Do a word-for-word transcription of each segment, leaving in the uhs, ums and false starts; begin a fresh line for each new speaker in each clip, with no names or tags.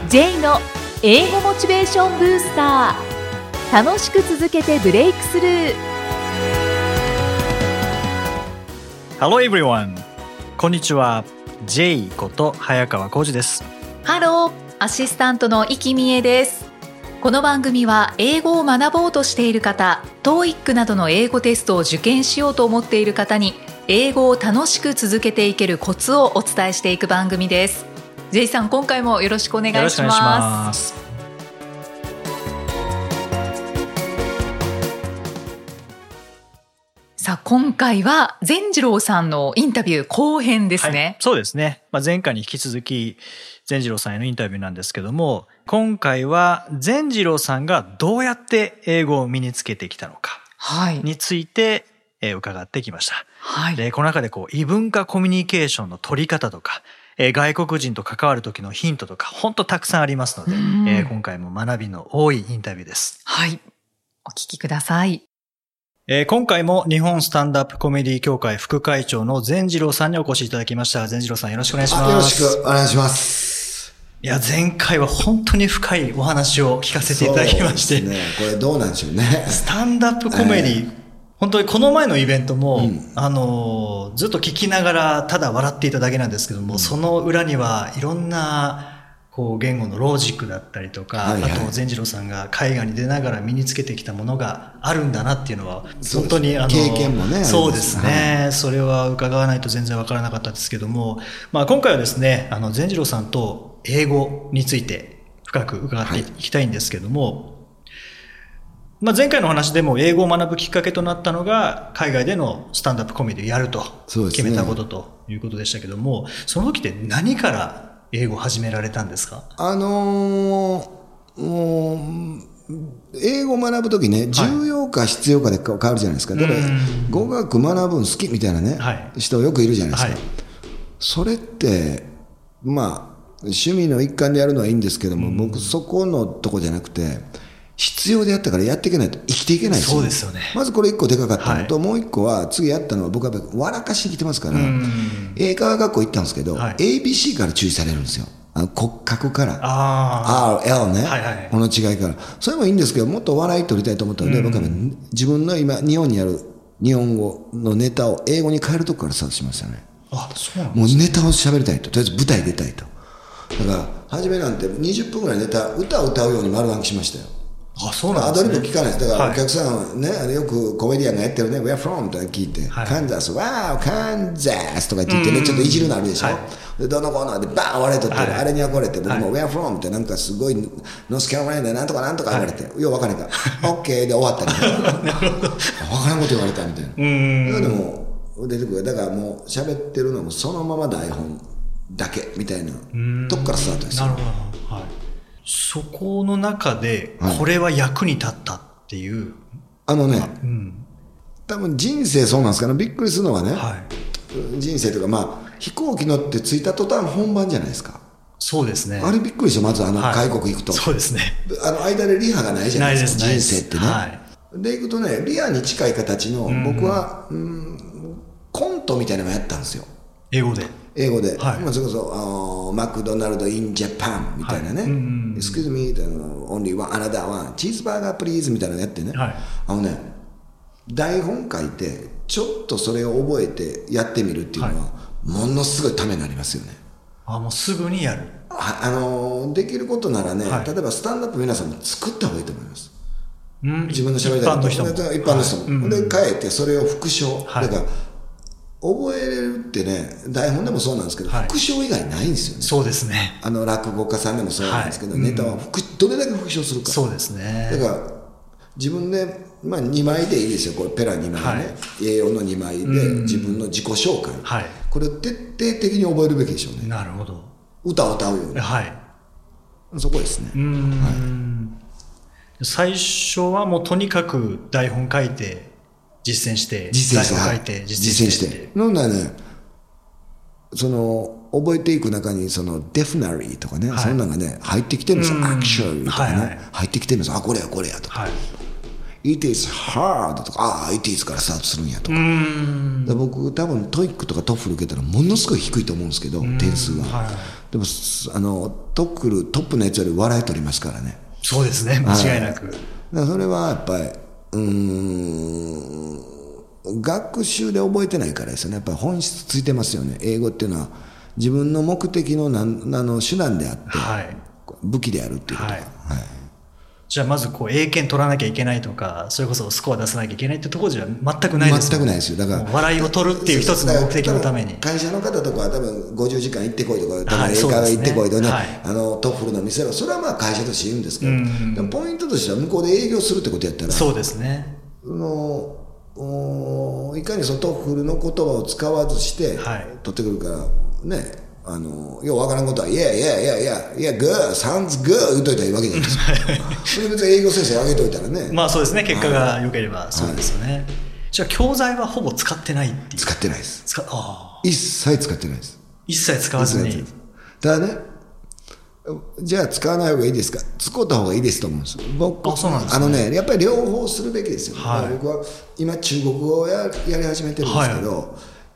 J の英語モチベーションブースター。楽しく続けてブレイクスルー。
Hello everyone。 こんにちは。 J こと早川浩二です。
ハロー、アシスタントの生きみえです。この番組は英語を学ぼうとしている方、トーイック などの英語テストを受験しようと思っている方に英語を楽しく続けていけるコツをお伝えしていく番組です。 J さん、今回もよろしくお願いします。
よろしくお願いします。
さあ、今回は善次郎さんのインタビュー後編ですね。
はい、そうですね、まあ、前回に引き続き善次郎さんへのインタビューなんですけども、今回は善次郎さんがどうやって英語を身につけてきたのかについて伺ってきました。はい、でこの中でこう異文化コミュニケーションの取り方とか、外国人と関わる時のヒントとか本当たくさんありますので、えー、今回も学びの多いインタビューです。
はい、お聞きください。
えー、今回も日本スタンドアップコメディ協会副会長の善次郎さんにお越しいただきました。善次郎さん、よろしくお願いします。
よろしくお願いします。
いや、前回は本当に深いお話を聞かせていただきまして、
そうですね、これどうなんでしょうね。
スタンドアップコメディ、えー、本当にこの前のイベントも、うん、あのずっと聞きながらただ笑っていただけなんですけども、うん、その裏にはいろんなこう言語のロジックだったりとか、はいはい、あと善次郎さんが海外に出ながら身につけてきたものがあるんだなっていうのは本当にあの
経験もね、
そうですね、はい、それは伺わないと全然わからなかったですけども、まあ、今回はですね、あの善次郎さんと英語について深く伺っていきたいんですけども、はい、まあ、前回の話でも英語を学ぶきっかけとなったのが海外でのスタンドアップコメディをやると決めたことということでしたけども、 そ, ね、その時って何から英語を始められたんですか？
あのー、もう英語を学ぶときね、重要か必要かで変わるじゃないですか。だから語学学ぶの好きみたいなね、はい、人よくいるじゃないですか、はい、それってまあ趣味の一環でやるのはいいんですけども、僕そこのとこじゃなくて必要でやったからやっていけないと生きていけないですよ。
そうですよね。
まずこれ一個でかかったのと、はい、もう一個は次やったのは僕は笑かしに来てますから、英会話学校行ったんですけど、はい、エービーシー から注意されるんですよ。あの骨格から アールエル ね、はいはい、この違いから。それもいいんですけど、もっと笑い取りたいと思ったので、僕は自分の今日本にある日本語のネタを英語に変えるとこからスタートしましたね。
あ、そうなんですね。
もうネタを喋りたいと、とりあえず舞台出たいと。だから初めなんてにじゅっぷんぐらいネタ歌を歌うように丸暗記しましたよ。
あ、そうなんですね。
アドリブ聞かないです。だからお客さんはね、はい、よくコメディアンがやってるね、Where from? とか聞いて、はい、カンザス、ワーカンザスとか言ってね、ちょっといじるのあるでしょ。はい、でどのコーナーでバーン割れとって、はい、あれに憧れて、僕も Where from? ってなんかすごいノースカロライナでなんとかなんとか言われて、はい、よう分からないから、OK で終わったり、分からんこと言われたみたいな。うん。でも出てくる。だからもう喋ってるのもそのまま台本だけみたいなとこからスタートですよ。
なるほど。はい。そこの中でこれは役に立ったっていう、はい、
あのね、うん、多分人生そうなんですかね。びっくりするのはね、はい、人生というか、まあ飛行機乗って着いた途端本番じゃないですか。
そうですね。
あれびっくりして、まずあの外国行くと、
はい、そうですね。
あの間でリハがないじゃないですか。人生ってね、はい、で行くとね、リハに近い形の、うん、僕は、うん、コントみたいなのをやったんですよ。
英語で
英語で、はい、まあ、それこそマクドナルド in Japan みたいなね、はい、Excuse me, only one, another one, チーズバーガープリーズみたいなのやってね、はい、あのね、台本書いてちょっとそれを覚えてやってみるっていうのは、はい、ものすごいためになりますよね。
あ、もうすぐにやる。
あ、あのできることならね、はい、例えばスタンドアップ皆さんも作った方がいいと思います。うん、自分の喋りたいこと、一般の人も、一般の人も、はい、で変えてそれを復唱、はい、だから覚えれるってね、台本でもそうなんですけど、はい、復唱以外ないんですよね。
そうですね。
あの落語家さんでもそうなんですけど、はい、ネタは復どれだけ復唱するか。
そうですね。
だから自分で、まあ、にまいでいいですよ。これペラにまいね、はい、エーよん のにまいで自分の自己紹介、はい、これを徹底的に覚えるべきでしょうね。
なるほど。
歌を歌うように、はい、そこですね。うん、
はい、最初はもうとにかく台本書いて実践して
実践して
台本書いて実践して、
実践してなんだね、その覚えていく中にそのデフナリーとかね、はい、そんなのがね入ってきてるんですよ。アクションとかね、はいはい、入ってきてるんですよ。あ、これやこれやとか、はい、It is hard とか、ああ It is からスタートするんやとか。うん、僕多分トイックとかトフル受けたらものすごい低いと思うんですけど、点数は、はい、 でもあのトックルトップのやつより笑い取りますからね。
そうですね、間違いなく。
はい、だからそれはやっぱりうーん学習で覚えてないからですよね。やっぱり本質ついてますよね。英語っていうのは自分の目的のなんあの手段であって、はい、武器であるっていうことが、はいはい、
じゃあまずこう英検取らなきゃいけないとか、それこそスコア出さなきゃいけないってところじゃ全くないですよね。
全くないですよ。だから
笑いを取るっていう一つの目的のために。
会社の方とかは多分ごじゅうじかん行ってこいとか、多分英会話行ってこいとかね、はい、あのトッフルの見せろ、それはまあ会社として言うんですけど、うん、でもポイントとしては向こうで営業するってことやったら、
そうですね。
のいかにそのトッフルの言葉を使わずして取ってくるからね。あのようわからんことは「いやいやいやいやいやグーサウンズグー」言うといたらいいわけじゃないですかそれ別に営業先生あげといたらね
まあそうですね、結果が良ければそうですよね、はい、じゃあ教材はほぼ使ってないっていう。
使ってないです。
使あ
一切使ってないです。
一切使わずに。
ただね、じゃあ使わない方がいいですか、使った方がいいですと思うんです。僕
あそうなんです、ね、
あのねやっぱり両方するべきですよ、はい、僕は今中国語を や, やり始めてるんですけど、はい、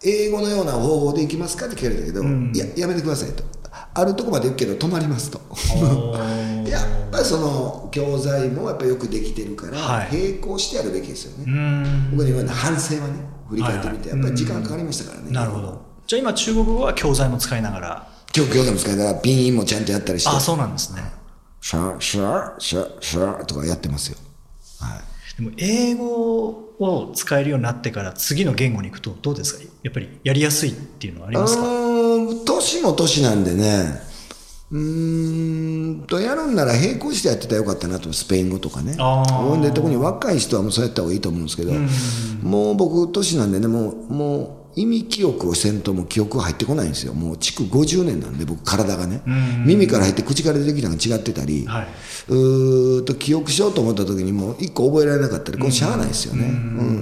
英語のような方法でいきますかって聞かれたけど、うん、いややめてくださいと。あるとこまで行くけど止まりますとやっぱりその教材もやっぱりよくできてるから、はい、並行してやるべきですよね。僕の今の反省はね振り返ってみて、はいはい、やっぱり時間かかりましたからね。
なるほど。じゃあ今中国語は教材も使いながら
教材も使いながらピンもちゃんとやったりして。
あそうなんですね。
シャーシャーシャーシャーとかやってますよ、はい、
でも英語を使えるようになってから次の言語に行くとどうですか。やっぱりやりやすいっていうのはありますか。
年も年なんでね、うーんとやるんなら並行してやってたらよかったなと。スペイン語とかね。あで特に若い人はもうそうやった方がいいと思うんですけど、うもう僕年なんでね、もうもう意味記憶をせんともう記憶が入ってこないんですよ。もう築ごじゅうねんなんで僕体がね、耳から入って口から出てきたのが違ってたり、はい、うーと記憶しようと思った時にもう一個覚えられなかったり、これしゃあないですよね。うん、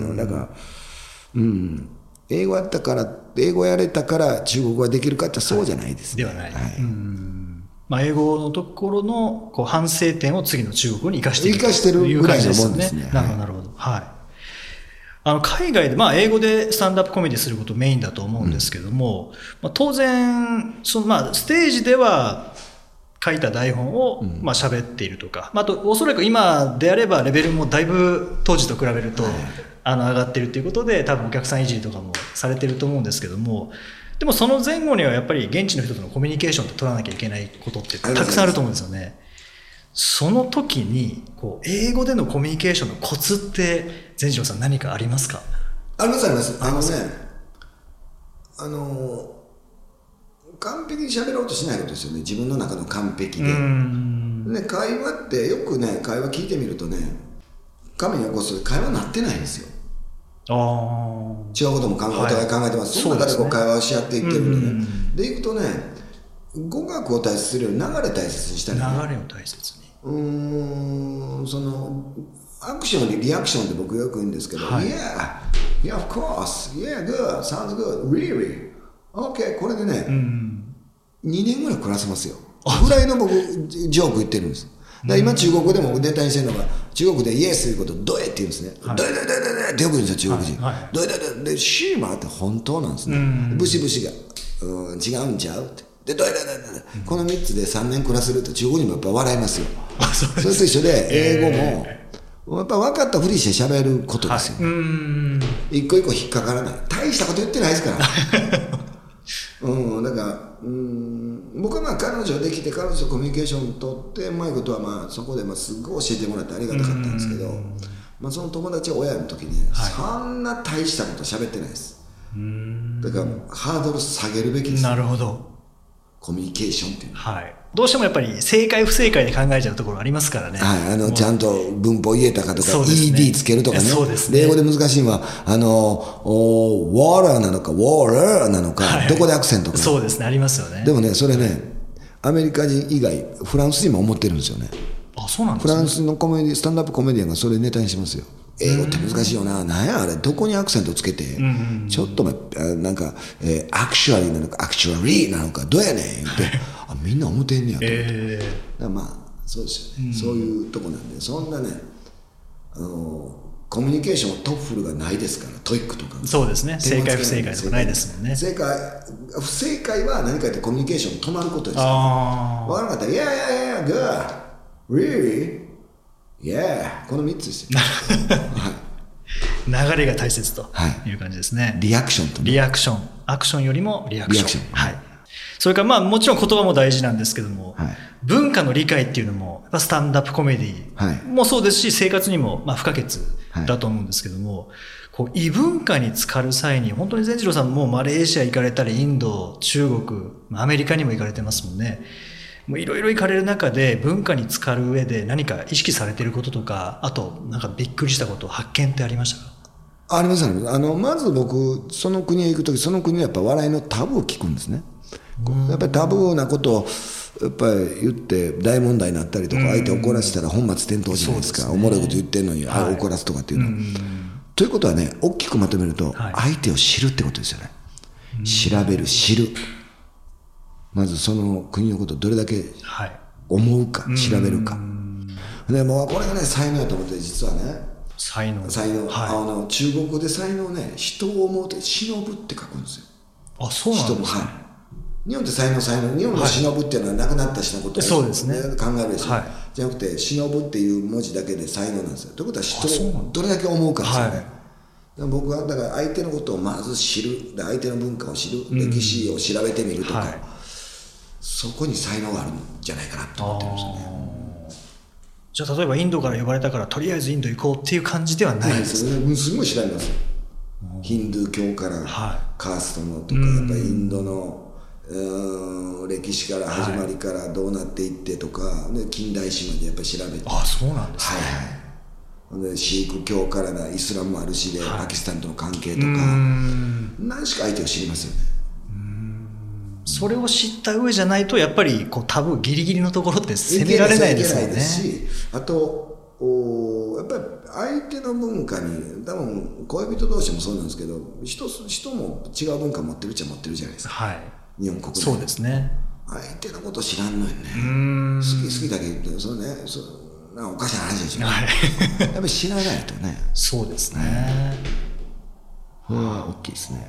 うん、だからうん英語やったから英語やれたから中国語ができるかってそうじゃないですね、
はい、ではない、はい、うんまあ、英語のところのこう反省点を次の中国語に生かしている
生かしてるぐらいのもんですね。
なるほどなるほど、はい、あの海外で、まあ、英語でスタンドアップコメディすることメインだと思うんですけども、うんまあ、当然その、まあ、ステージでは書いた台本をまあ喋っているとか、うん、あとおそらく今であればレベルもだいぶ当時と比べると、はいあの上がってるということで多分お客さんいじりとかもされてると思うんですけども、でもその前後にはやっぱり現地の人とのコミュニケーションって取らなきゃいけないことってたくさんあると思うんですよね。その時にこう英語でのコミュニケーションのコツって善次郎さん何かありますか。
ありますあります。あのねあの完璧に喋ろうとしないことですよね。自分の中の完璧でね、会話ってよくね会話聞いてみるとね画面に起こす会話になってないんですよ。あ違うことも考え、はい、お互い考えてます。その中でこう会話をし合っていってるんでね、うんうん、でいくとね語学を大切にするより流れを大切にしたり、ね、
流れを大切に
うーんそのアクションにリアクションって僕よく言うんですけど、はい、Yeah, yeah of course, yeah good, sounds good, really OK これでね、うん、にねんぐらい暮らせますよぐらいの僕ジョーク言ってるんです。だ今中国語でもネタにしてるのが中国でイエスということをドエって言うんですね、はい、ドエドエドエドエってよく言うんですよ中国人、はいはい、ドエドエドエでシーマーって本当なんですね。ブシブシがうん違うんちゃうってでドエドエドエドエ、うん、このみっつでさんねん暮らせると中国人もやっぱ笑いますよ。それと一緒で英語も、えー、やっぱ分かったふりして喋ることですよ、はい、うん一個一個引っかからない大したこと言ってないですからうん、だからうん僕はまあ彼女できて彼女とコミュニケーション取ってうまいことはまあそこでまあすごい教えてもらってありがたかったんですけど、まあ、その友達は親の時に、ねはい、そんな大したこと喋ってないです。うんだからハードル下げるべきです。
なるほど。
コミュニケーションっていうのは、はい、
どうしてもやっぱり正解不正解で考えちゃうところありますからね、
はい、あのちゃんと文法言えたかとか、ね、イーディー つけるとかね。そうですね。英語で難しいのはあのワーラーなのかウォーラーなのか、はいはい、どこでアクセントか、
そうですねありますよね。
でもねそれねアメリカ人以外フランス人も思ってるんですよね。
あそうなんですね。
フランスのコメディスタンダップコメディアンがそれネタにしますよ。英語って難しいよな、なんやあれどこにアクセントつけて、うんうんうん、ちょっとなんか、えー、アクチュアリーなのかアクチュアリーなのかどうやねんってあみんな思ってんねやと思って、えー、だからまあそうですよね、うん、そういうとこなんでそんなねあのコミュニケーショントッフルがないですから、トイックとか。
そうですね。正解不正解とかないですもんね。
正解、不正解は何か言ってコミュニケーション止まることですから、ね。わからなかったら、いやいやいや、good, really, yeah、このみっつですよ。はい、
流れが大切という感じですね。
はい、リアクションと。
リアクション。アクションよりもリアクション。
リアクション。
はい。それからまあもちろん言葉も大事なんですけども、
はい、
文化の理解っていうのも、スタンドアップコメディもそうですし、生活にもまあ不可欠だと思うんですけども、こう異文化に浸かる際に、本当に善次郎さんもマレーシア行かれたり、インド、中国、アメリカにも行かれてますもんね。もういろいろ行かれる中で文化に浸かる上で何か意識されていることとか、あとなんかびっくりしたこと、発見ってありましたか？
ありますね。あの、まず僕、その国へ行くとき、その国のやっぱ笑いのタブーを聞くんですね。やっぱりタブーなことをやっぱり言って大問題になったりとか、相手を怒らせたら本末転倒じゃないですか。おもろいこと言ってんのに、あ、怒らすとかっていうのは。ということはね、大きくまとめると、相手を知るってことですよね。調べる、知る。まずその国のことをどれだけ思うか、調べるか。でもうこれがね、才能やと思って、実はね、
才能。
才能。はい、あの中国語で才能ね、人を思うと忍ぶって書くんですよ。
あ、そうなんですか。はい、
日本って才能才能、日本の忍ぶっていうのは亡くなった人のことを、
そうですね、
考えるでしょ、はい、じゃなくて忍ぶっていう文字だけで才能なんですよ。ということは人をどれだけ思うかですよね。はい、僕はだから相手のことをまず知る、相手の文化を知る、歴史を調べてみるとか、はい、そこに才能があるんじゃないかなと思ってるんですよね。
じゃあ例えばインドから呼ばれたからとりあえずインド行こうっていう感じではないです
ね。すごい調べますよ。ヒンドゥー教からカーストのとか、やっぱりインドのうーん歴史から始まりからどうなっていってとか、で近代史までやっぱり調べて。
あ、そうなんですね。
はいはい。でシーク教からなイスラムもあるしで、はい、パキスタンとの関係とか、何しか相手を知りますよね。
それを知った上じゃないとやっぱりこうタブーギリギリのところって攻められないですよね。いけないですし、
あとおやっぱり相手の文化に、多分恋人同士もそうなんですけど、人人も違う文化持ってるっちゃ持ってるじゃないですか。はい、日本国内
そうですね。
相手のこと知らんのよね。うん好き好きだけ言ってそうね、そうなんかおかしな話でしょ。はい、やっぱり知らないとね。
そうですね。
これは大きいですね。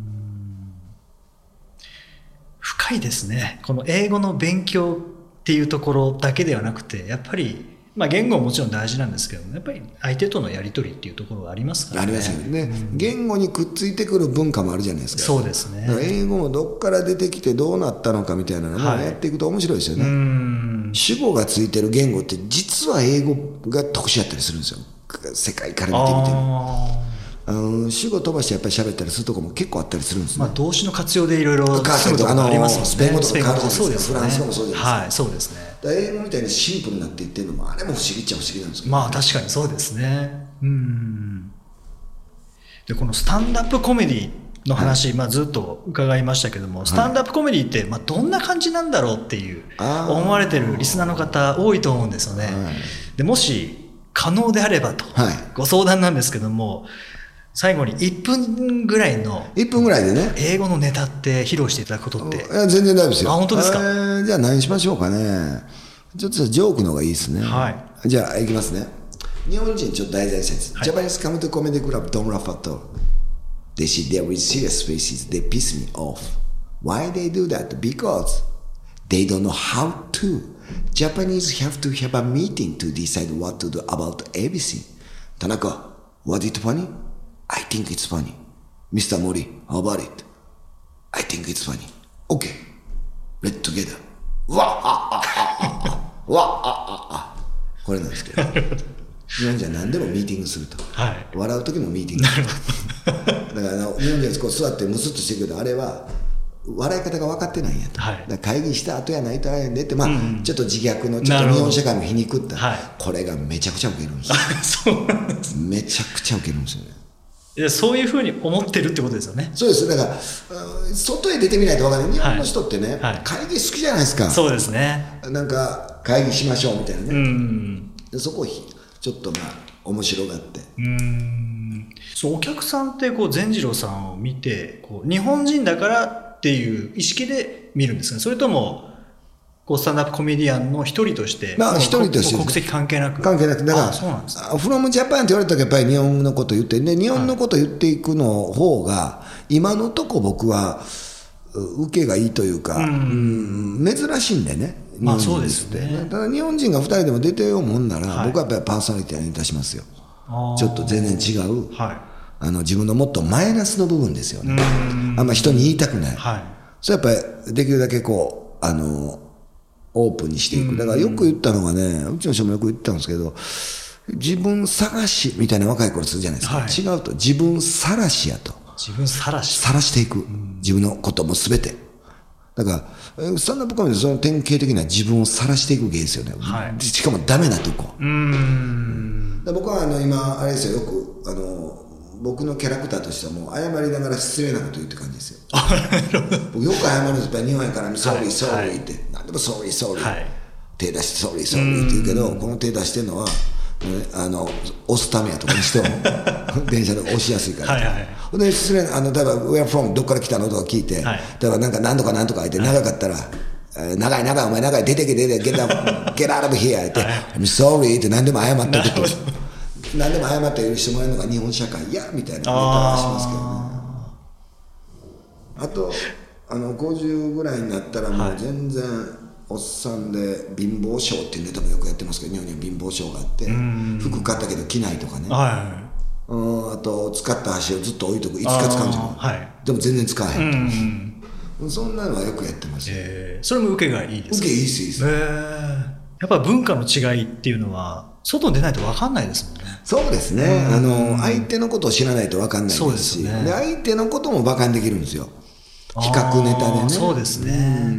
深いですね。この英語の勉強っていうところだけではなくて、やっぱり、まあ、言語ももちろん大事なんですけども、やっぱり相手とのやり取りっていうところがありますからね。
ありますよね、うん、言語にくっついてくる文化もあるじゃないですか。
そうですね。
だから英語もどっから出てきてどうなったのかみたいなのをやっていくと面白いですよね、はい、うん主語がついてる言語って実は英語が特殊やったりするんですよ。世界から見てみても。あの主語飛ばしてやっぱり喋ったりするところも結構あったりするんですね。
まあ、動詞の活用でいろいろするところありますもんね。
スペイン語とか変わるじゃない
そう
ですか。フランス語もそうじゃないですか。
はい、そうですね。
だ英語みたいにシンプルになっていってるのもあれも不思議っちゃ不思議なんですけど、
ね、まあ確かにそうですね。うんでこのスタンダップコメディの話、はいまあ、ずっと伺いましたけども、スタンダップコメディってまあどんな感じなんだろうっていう思われてるリスナーの方多いと思うんですよね。はい、でもし可能であればと、はい、ご相談なんですけども、最後にいっぷんぐらいの
いっぷんぐらいでね
英語のネタって披露していただくことって。
いや全然大丈夫ですよ。
あ、本当ですか。
えー、じゃあ何しましょうかね。ちょっとジョークの方がいいですね。はい、じゃあいきますね。日本人ちょっと題材したいです。はい、Japanese come to comedy club don't laugh at all. They see there with serious faces. They piss me off. Why they do that? Because they don't know how to. Japanese have to have a meeting to decide what to do about everything. Tanaka, was it funny?I think it's funny. Mister Mori, how about it? I think it's funny. Okay. Let's together. わっあああわっああこれなんですけど。日本人は何でもミーティングすると。はい、笑う時もミーティングする。だからあの日本人はこう座ってムスッとしてるけど、あれは笑い方が分かってないんやと。はい、だから会議した後やないとあれでって、まあ、うん、ちょっと自虐のちょっと日本社会も皮肉った、はい、これがめちゃくちゃウケるんですよ。そうなんです。めちゃくちゃウケるんですよね。
いやそういうふうに思ってるってことですよね。
そうです。だから外へ出てみないと分からない。日本の人ってね、はいはい、会議好きじゃないですか。
そうですね。
なんか会議しましょうみたいなね。うんでそこをちょっとまあ面白がって。
うんそうお客さんってこう善次郎さんを見てこう日本人だからっていう意識で見るんですかね。それともこうスタンダップコメディアンの一人として、
まあ一人として
国籍関係なく
関係なくだから
そうなんですね、
フロムジャパンって言われたらやっぱり日本のこと言ってね、日本のこと言っていくの方が今のとこ僕は受けがいいというか、うん、珍しいんでね。
まあそうですね。
ただ日本人がふたりでも出てようもんなら、はい、僕はやっぱりパーソナリティにいたしますよ。ちょっと全然違う、はい、あの自分のもっとマイナスの部分ですよね。あんま人に言いたくない、はい、それやっぱりできるだけこうあのオープンにしていく。だからよく言ったのがね、うちの人もよく言ったんですけど、自分探しみたいな若い頃するじゃないですか、はい、違うと自分晒しやと。
自分晒し
晒していく、自分のことも全て。だからスタンダップコメディその典型的な自分を晒していく芸ですよね、はい、しかもダメなとこ。うーん、僕はあの今あれですよ、よくあの僕のキャラクターとしてはもう謝りながら失礼なこと言ってる感じですよ。僕よく謝るんですよ、日本やから「ソーリーソーリー」って、何でも「ソーリーソーリー」手出して「ソーリーソーリー」って言うけど、この手出してるのは、ね、あの押すためやとかにしても電車で押しやすいから。はいはい、で失礼あの例えば「Where from」どっから来たのとか聞いて、はい、例えばなんか何とか何とか言って長かったら、はい、長い長いお前長い出てけ出てけ get out of here って「I'm sorry」って何でも謝ってると何でも謝って許してもらえるのが日本社会いやみたいな言い方はしますけどね。あとあのごじゅうぐらいになったらもう全然おっさんで貧乏症っていうネタもよくやってますけど、日本には貧乏症があって服買ったけど着ないとかね、はい、うん、あと使った箸をずっと置いとく、いつか使うんじゃん、はい、でも全然使わへんとか、そんなのはよくやってますよ、えー、
それも受けがいいですか？
受けいいですいいです、え
ー、やっぱ文化の違いっていうのは外に出ないと分かんないですもんね。
そうですね、あの相手のことを知らないと分かんないですし、で、ね、で相手のことも馬鹿にできるんですよ、比較ネタでね。
そうですね、うん、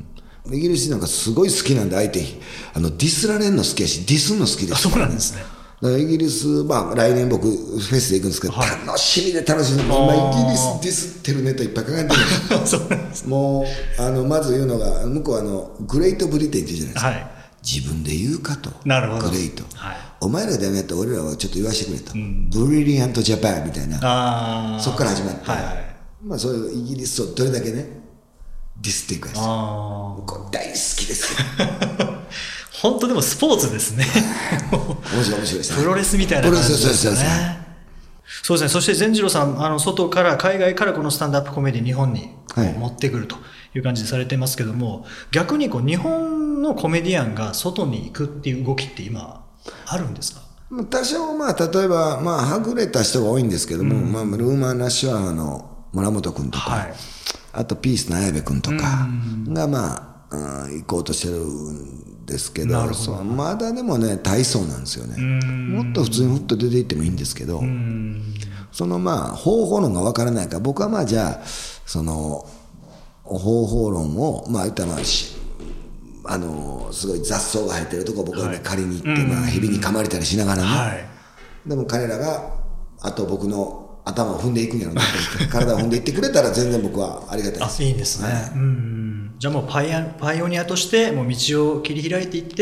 イギリス人なんかすごい好きなんで、相手あのディスられるの好きやしディスるの好きです、
ね、そうなんですね。
だからイギリス、まあ、来年僕フェスで行くんですけど、はい、楽しみで楽しみで、今イギリスディスってるネタいっぱい考えてるそうなんです。もうあのまず言うのが、向こうはあのグレートブリテンって言うじゃないですか、はい、自分で言うかと。
なるほど。
グレート、はい、お前らダメやったら俺らはちょっと言わせてくれと、うん、ブリリアントジャパンみたいな、あそこから始まって、はいはい、まあ、そういうイギリスをどれだけねディスっていくやつ、あこれ大好きですよ
本当でもスポーツですね
面白い面白いですね、
プロレスみたいな感じですよね。そうですね。そして善次郎さん、あの外から海外からこのスタンダップコメディ日本に持ってくるという感じでされてますけども、はい、逆にこう日本のコメディアンが外に行くっていう動きって今あるんですか？
多少、まあ例えばまあはぐれた人が多いんですけども、うん、まあ、ルーマンラッシュアワーの村本君とか、はい、あとピースの綾部君とかがまあ、うん、行こうとしてるんですけど、どそうまだでもね体操なんですよね。もっと普通にふっと出ていってもいいんですけど、そのまあ方法論が分からないから、僕はまあじゃあその方法論をまあ言ったらあのすごい雑草が生えてるとこ僕はね、はい、借りに行って、まあ、蛇に噛まれたりしながらね、はい、でも彼らがあと僕の頭を踏んでいくんやろうなと思って体を踏んでいってくれたら全然僕はありがたいです。
あ、いいですね、はい、うんじゃあもうパイア、パイオニアとしてもう道を切り開いていって、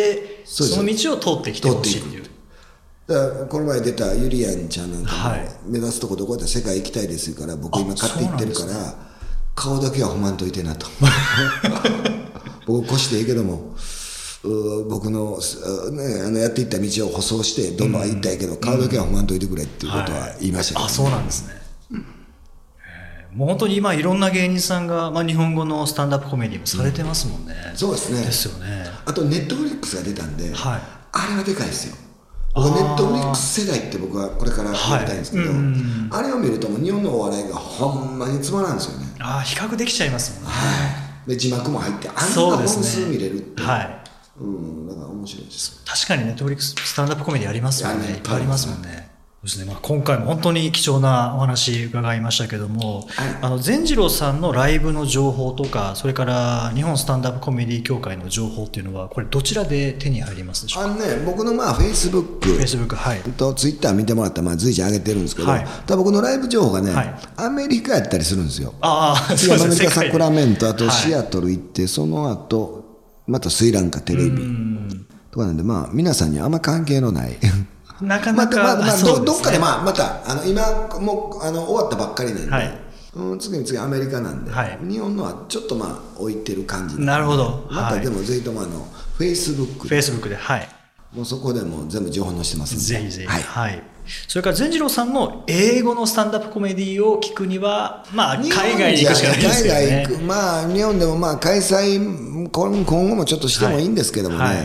その道を通ってきてほしいっていう。
だからこの前出たゆりやんちゃんなんかも目指すとこどこで世界行きたいですから、僕今買っていってるから、ね、顔だけは褒まんといてなと僕腰でいいけども僕の、ね、あのやっていった道を舗装してどんどん行ったいけど、うん、顔だけは褒まんといてくれっていうことは言いましたけど、ね、
はい、あ、そうなんですね、うん、もう本当に今いろんな芸人さんが、まあ、日本語のスタンダップコメディもされてますもんね、
うん、そうですね。
ですよね。
あとネットフリックスが出たんで、はい、あれはでかいですよ。僕ネットフリックス世代って僕はこれからやりたいんですけど、はい、うん、あれを見るともう日本のお笑いがほんまにつまらんですよね。
ああ、比較できちゃいますもんね、
はい、で字幕も入ってあんな本数見れるって、はい、うん、だから面白いです。
確かにネットフリックススタンダップコメディありますよね。いっぱいありますもんね。そうですね、まあ、今回も本当に貴重なお話伺いましたけども、はい、あの善次郎さんのライブの情報とか、それから日本スタンダップコメディ協会の情報っていうのはこれどちらで手に入りますでしょうか？あのね、僕のまあフェイスブック、フェイスブック、はい、とツイッター見てもらったらまあ随時上げてるんですけど、はい、ただ僕のライブ情報がね、はい、アメリカやったりするんですよ。ああ、そうですね。アメリカサクラメント、あとシアトル行って、はい、その後またスリランカテレビとかなんで、まあ皆さんにあんま関係のないなかなか、まあまあまあ、ど, どっかで、まあ、またあの今もうあの終わったばっかりなんで、はい、
うん、次に次アメリカなんで、はい、日本のはちょっとまあ置いてる感じ
なるほど。
またでもぜひともあのフェイスブック
フェイスブックで、はい、
もうそこでも全部情報載せてますんで、
ぜひぜひ、
はい
はい、それから善次郎さんの英語のスタンダップコメディを聞くには、まあ、海外に行くしかないですよね。
海外行く、まあ、日本でもまあ開催今後もちょっとしてもいいんですけどもね、はいはい、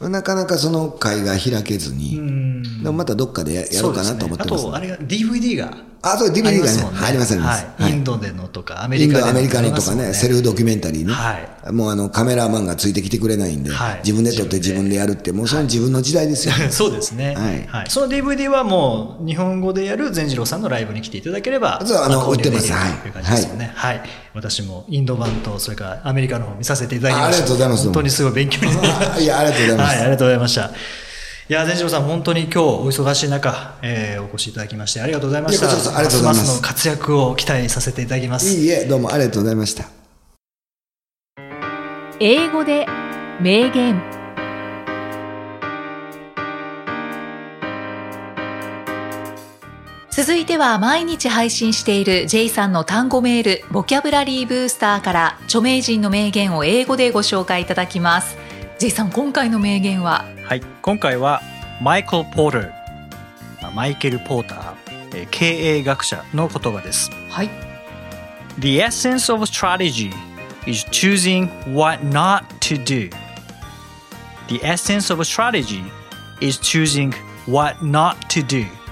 なかなかその会が開けずに、でもまたどっかで や, やろうかなと思ってます、ね、
あとあれが ディーブイディー が
あ、そう ディーブイディー がねありますあります、
はい、インドでのとかアメリカでの
アメリカのとかね、セルフドキュメンタリーね、
はい、
もうあのカメラマンがついてきてくれないんで、はい、自分で撮って自分でやるって、もうその自分の時代ですよ、ね、
そうですね、はいはい、その ディーブイディー はもう日本語でやる善次郎さんのライブに来ていただければ、
そうあの、まあ、売ってます、はい、
という感じですよね、はいはい、私もインド版とそれからアメリカの方見させていただきました。
ありがとうございます。
本当にすごい勉強になりました。
いや、ありがとうございます。
はい、ありがとうございました。いや、善次郎さん、本当に今日お忙しい中、えー、お越しいただきましてありがとうございました。
ありがとうございます。ますます
の活躍を期待させていただきます。
いいえ、どうもありがとうございました。
英語で名言。続いては毎日配信している J さんの単語メールボキャブラリーブースターから著名人の名言を英語でご紹介いただきます。 J さん、今回の名言は？
はい、今回はマイケル・ポーター、マイケル・ポーター、経営学者の言葉です。
はい。
The essence of strategy is choosing what not to do. The essence of strategy is choosing what not to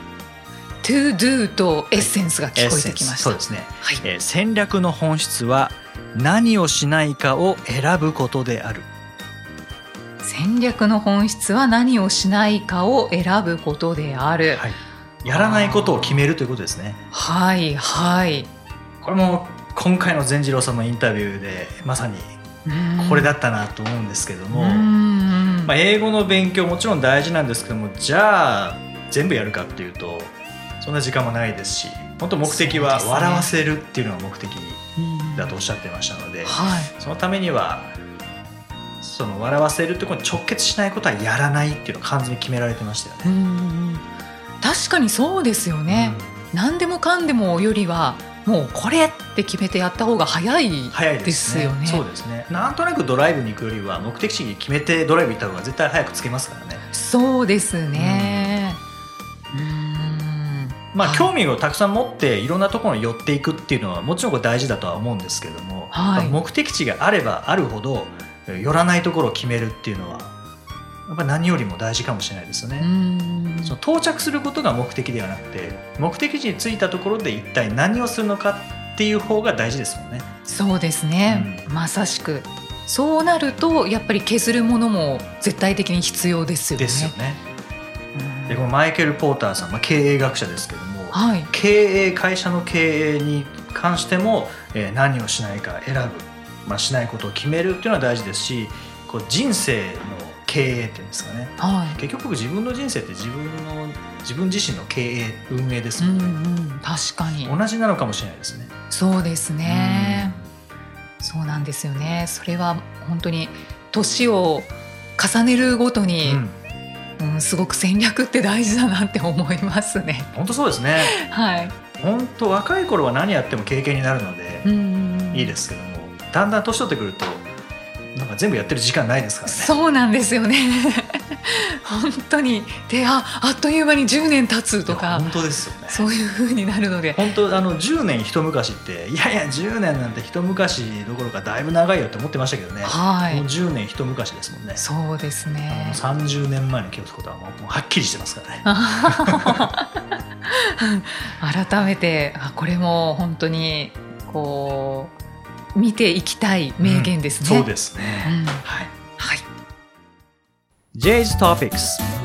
do.To
do とエッセンスが聞こえてきました。
そうですね、はい、えー、戦略の本質は何をしないかを選ぶことである。
戦略の本質は何をしないかを選ぶことである、
はい、やらないことを決めるということですね。
はいはい。
これも今回の善次郎さんのインタビューでまさにこれだったなと思うんですけども、うん、まあ、英語の勉強もちろん大事なんですけども、じゃあ全部やるかっていうとそんな時間もないですし、本当目的は笑わせるっていうのが目的だとおっしゃってましたので、そ, はい、そのためにはその笑わせるってことに直結しないことはやらないっていうのを完全に決められてましたよね。
うん、確かにそうですよね、うん、何でもかんでもよりはもうこれって決めてやった方が早いですよね。
そうですね。なんとなくドライブに行くよりは目的地に決めてドライブ行った方が絶対早く着けますからね。
そうですね、うん、うーん、
まあ、興味をたくさん持っていろんなところに寄っていくっていうのはもちろんこれ大事だとは思うんですけれども、はい、目的地があればあるほど寄らないところを決めるっていうのはやっぱり何よりも大事かもしれないですよね。うん、その到着することが目的ではなくて、目的地に着いたところで一体何をするのかっていう方が大事ですもんね。
そうですね、うん、まさしくそうなるとやっぱり削るものも絶対的に必要ですよね。
ですよね。でこのマイケル・ポーターさん、まあ、経営学者ですけども、
はい、
経営会社の経営に関しても、えー、何をしないか選ぶ、まあ、しないことを決めるっていうのは大事ですし、こう人生の経営っていうんですかね、はい、結局自分の人生って自分の自分自身の経営運営ですので、うんうん、
確かに
同じなのかもしれないですね。
そうですね、うん、そうなんですよね。それは本当に年を重ねるごとに、うんうん、すごく戦略って大事だなって思いますね。
本当そうですね、
はい、
本当若い頃は何やっても経験になるので、うんうんうん、いいですけども、だんだん年取ってくるとなんか全部やってる時間ないですからね。
そうなんですよね本当にで あ, あっという間にじゅうねん経つとか、
本当ですよね。
そういう風になるので、
本当あのじゅうねん一昔っていやいやじゅうねんなんて一昔どころかだいぶ長いよって思ってましたけどね、はい、もうじゅうねん一昔ですもんね。
そうですね。
さんじゅうねんまえの記憶ことはもうはっきりしてますからね
改めてあこれも本当にこう見ていきたい名言ですね、
うん、そうですね、うん、はい、はい、J's Topics。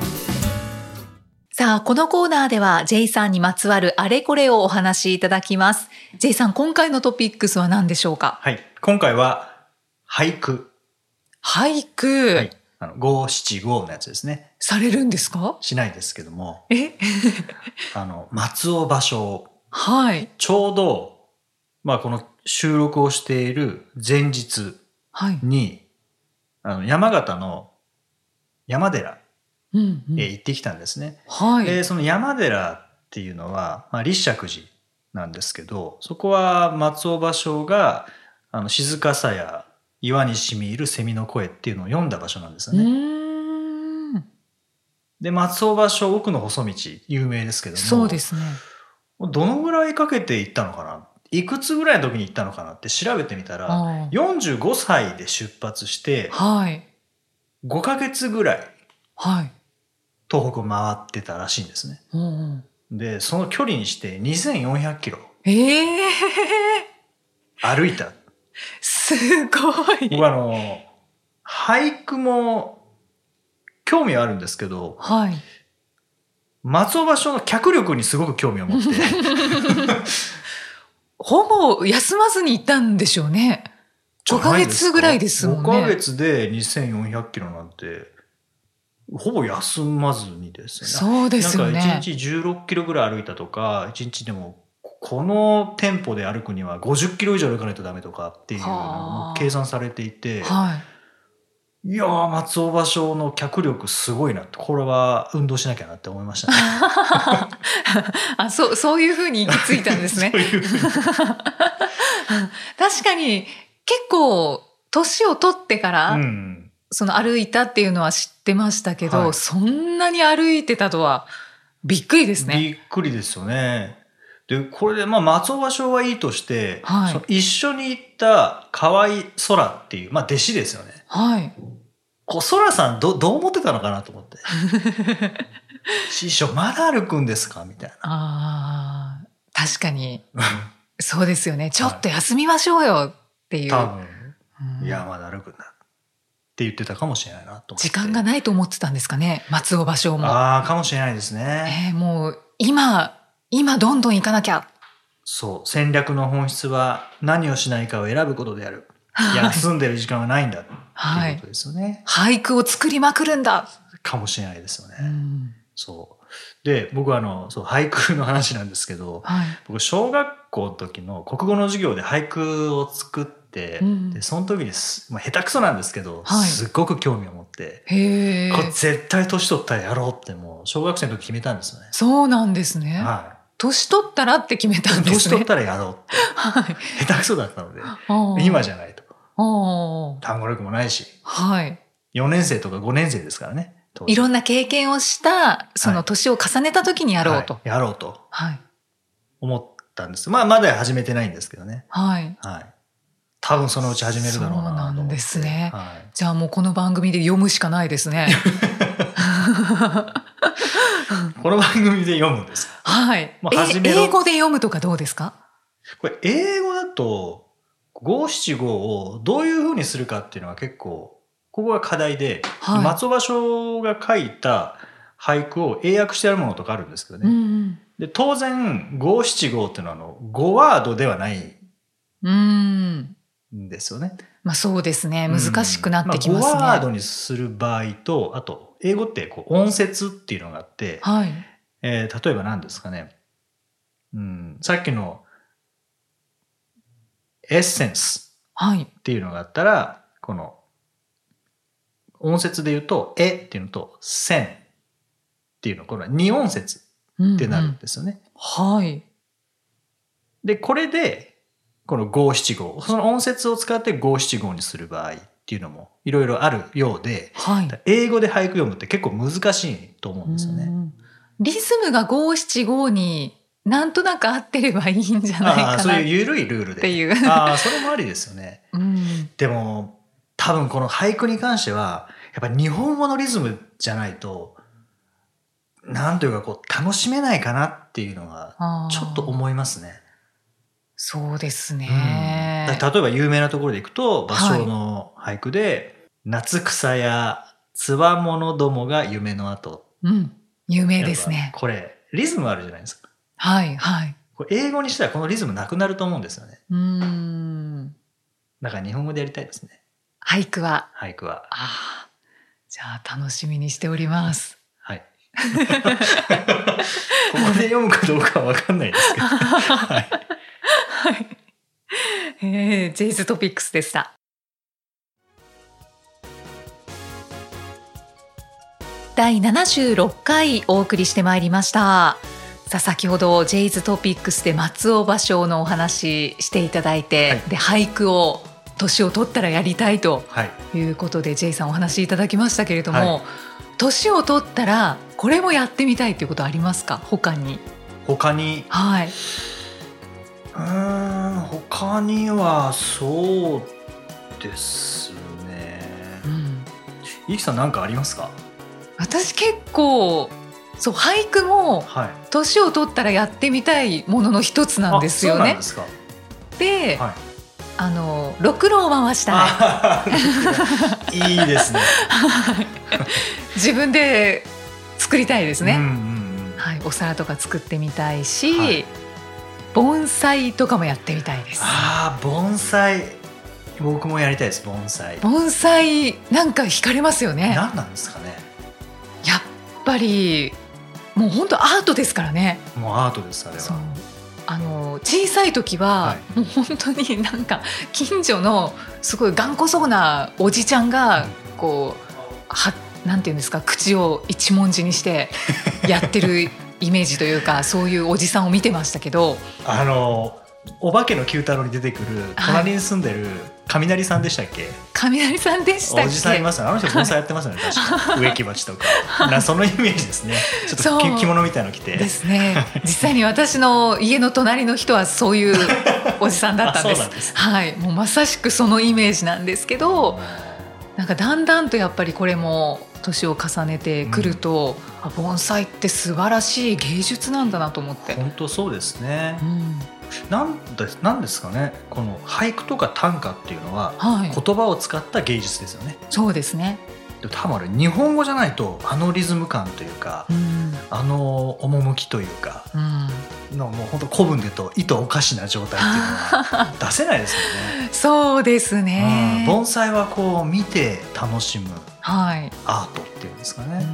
さあこのコーナーでは J さんにまつわるあれこれをお話しいただきます。 J さん、今回のトピックスは何でしょうか？
はい、今回は俳句。
俳句、
はい、あの五七五のやつですね。
されるんですか？
しないですけども、
え
あの松尾芭蕉、
はい、
ちょうど、まあ、この収録をしている前日に、はい、あの山形の山寺へ行ってきたんですね、
うんうん、はい、
でその山寺っていうのは、まあ、立石寺なんですけど、そこは松尾芭蕉があの静かさや岩にしみ入る蝉の声っていうのを読んだ場所なんですよね。うーん、で松尾芭蕉奥の細道有名ですけども、
そうですね。
どのぐらいかけて行ったのかな、いくつぐらいの時に行ったのかなって調べてみたら、よんじゅうごさいで出発して、はい、ごかげつぐらい東北を回ってたらしいんですね。うん、でその距離にしてにせんよんひゃくキロ、えー、歩いた。
すごい。
僕あの俳句も興味はあるんですけど、はい、松尾芭蕉の脚力にすごく興味を持って
ほぼ休まずに行ったんでしょうね。ごかげつぐらいですもんね。
ごかげつでにせんよんひゃくキロなんてほぼ休まずにですね。
そうですよね。
なんかいちにちじゅうろっキロぐらい歩いたとか、いちにちでもこのテンポで歩くにはごじゅっキロ以上歩かないとダメとかっていうのも計算されていて、はい、いやー松尾芭蕉の脚力すごいなって、これは運動しなきゃなって思いましたね。
あ、そう、そういうふうに行き着いたんですね。そういうふうに確かに結構年を取ってから、うん、その歩いたっていうのは知ってましたけど、はい、そんなに歩いてたとはびっくりですね。
びっくりですよね。でこれでまあ松尾芭蕉はいいとして、はい、その一緒に行った河合空っていう、まあ、弟子ですよね。はい。こう空さん ど, どう思ってたのかなと思って師匠まだ歩くんですかみたいな。
あ、確かにそうですよね。ちょっと休みましょうよっていう、
はい、多分、うん、いやまだ歩くんだって言ってたかもしれないなと思って。
時間がないと思ってたんですかね、松尾芭蕉も。
ああ、かもしれないですね。
えー、もう今今どんどん行かなきゃ。
そう、戦略の本質は何をしないかを選ぶことである。はい、休んでる時間はないんだっていうことですよね。
はい、俳句を作りまくるんだ
かもしれないですよね。うん、そうで僕はあのそう俳句の話なんですけど、はい、僕小学校の時の国語の授業で俳句を作って、うん、でその時に、まあ、下手くそなんですけど、はい、すっごく興味を持って、へー、これ絶対年取ったらやろうってもう小学生の時決めたんですよね。
そうなんですね。はい、年取ったらって決めたんですね。
年取ったらやろうって、はい、下手くそだったので今じゃないと単語力もないし、はい、よねん生とかごねん生ですからね。
いろんな経験をしたその年を重ねた時にやろうと、
はいはい、やろうと思ったんです。まあまだ始めてないんですけどね。はい、はい、多分そのうち始めるだろうなと思って。
そうなんですね。はい、じゃあもうこの番組で読むしかないですね。
この番組で読むんですか？
はい。もう始めろ。英語で読むとかどうですか？
これ英語だと五七五をどういう風にするかっていうのは結構ここが課題で、はい、松尾芭蕉が書いた俳句を英訳してあるものとかあるんですけどね。うんうん、で当然五七五っていうのはあのごワードではないんですよね。
まあそうですね。難しくなってきますね。
うん、まあ、ごワードにする場合と、あと英語ってこう音節っていうのがあって、はい、えー、例えば何ですかね、うん、さっきのエッセンスっていうのがあったら、はい、この音節で言うとえっていうのとせんっていうの、これは二音節ってなるんですよね。うんうん、はい。でこれでこの五七五、その音節を使って五七五にする場合っていうのもいろいろあるようで、はい、英語で俳句読むって結構難しいと思うんですよね。
リズムが五七五になんとなく合ってればいいんじゃないかな。あ、
そういう緩いルールで。っていう。ああ、それもありですよね。うん、でも多分この俳句に関してはやっぱ日本語のリズムじゃないとなんというかこう楽しめないかなっていうのがちょっと思いますね。
そうですね。
うん、例えば有名なところでいくと芭蕉の俳句で、はい、夏草やつわものどもが夢の後、
うん、有名ですね。
これリズムあるじゃないですか。
はいはい。
これ英語にしたらこのリズムなくなると思うんですよね。うーん。だから日本語でやりたいですね。
俳句は。
俳句は。
ああ。じゃあ楽しみにしております。
はい。ここで読むかどうかは分かんないですけど。はい。
はい。えー、ジェイズトピックスでした。だいななじゅうろっかいお送りしてまいりました。 さあ先ほど ジェイズ トピックスで松尾芭蕉のお話していただいて、はい、で俳句を年を取ったらやりたいということで、はい、J さんお話いただきましたけれども、はい、年を取ったらこれもやってみたいということありますか？他に
他に、
はい、
うーん他にはそうですね、うん、ゆきさん何かありますか？
私結構そう俳句も年を取ったらやってみたいものの一つなんですよね。
そうなんですか。
で、はい、あのろくろを回した
いいいですね
自分で作りたいですね、うんうん
うん
はい、お皿とか作ってみたいし、はい、盆栽とかもやってみたいです。
あー盆栽僕もやりたいです。盆栽
盆栽なんか惹かれますよね。
何なんですかね。
やっぱりもう本当アートですからね。
もうアートです。あれは
そうあの小さい時は、はい、もう本当になんか近所のすごい頑固そうなおじちゃんがこうはなんていうんですか口を一文字にしてやってるイメージというかそういうおじさんを見てましたけど、
あのお化けの九太郎に出てくる隣に住んでる雷さんでしたっけ、はい、
雷さんでしたっけ。
おじさんいますよ。あの人盆栽やってますよね確か植木鉢とかなそのイメージですね。ちょっと着物みたいなの着て
ですね。実際に私の家の隣の人はそういうおじさんだったんです。そうなんです、ね、はい、もうまさしくそのイメージなんですけど、なんかだんだんとやっぱりこれも年を重ねてくると、うん、盆栽って素晴らしい芸術なんだなと思って。
本当そうですね、
うん
なんで、なんですかねこの俳句とか短歌っていうのは、
はい、
言葉を使った芸術ですよね。
そうですね。
で多分あれ日本語じゃないとあのリズム感というか、うん、あの趣というか、うん、のもう本当古文でと意図おかしな状態っていうのは出せないですよね
そうですね、
うん、盆栽はこう見て楽しむ、
はい、
アートっていうんですかね、うん、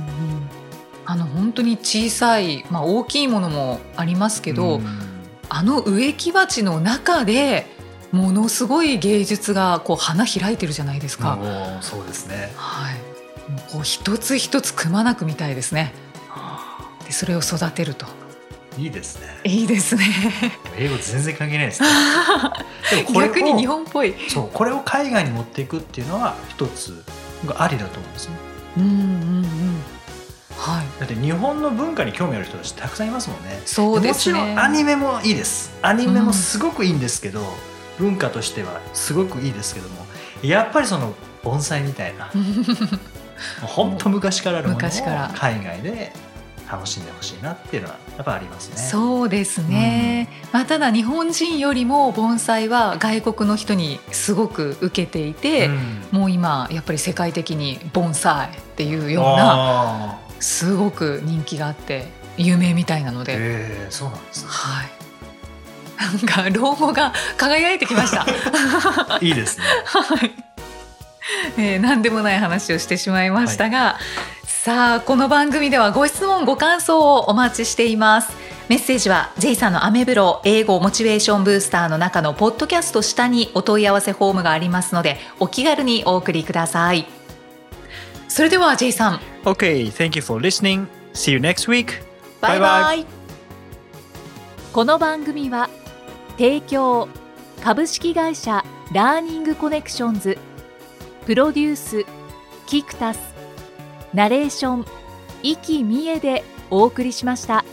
あの本当に小さい、まあ、大きいものもありますけど、うんあの植木鉢の中でものすごい芸術がこう花開いてるじゃないですか。
おそうですね、
はい、もうこう一つ一つくまなくみたいですね。でそれを育てると
いいですね。
いいですね。
英語全然関係ないですね
でもこれ逆に日本っぽい。
そうこれを海外に持っていくっていうのは一つありだと思うんですね。
うんうんうんはい、
だって日本の文化に興味ある人たちたくさんいますもんね。
そうですね。
もちろんアニメもいいです。アニメもすごくいいんですけど、うん、文化としてはすごくいいですけどもやっぱりその盆栽みたいな本当昔からあるものを海外で楽しんでほしいなっていうのはやっぱありますね。
そうですね、うんまあ、ただ日本人よりも盆栽は外国の人にすごく受けていて、うん、もう今やっぱり世界的に盆栽っていうようなすごく人気があって有名みたいなので、
えー、そうなんですね、
はい、なんか老後が輝いてきました
いいですね、
はいえー、何でもない話をしてしまいましたが、はい、さあこの番組ではご質問ご感想をお待ちしています。メッセージは J さんのアメブロ英語モチベーションブースターの中のポッドキャスト下にお問い合わせフォームがありますのでお気軽にお送りください。それでは J さん
OK, thank you for listening. See you next week.
バイバイ。この番組は提供株式会社ラーニングコネクションズプロデュースキクタスナレーション生きみえでお送りしました。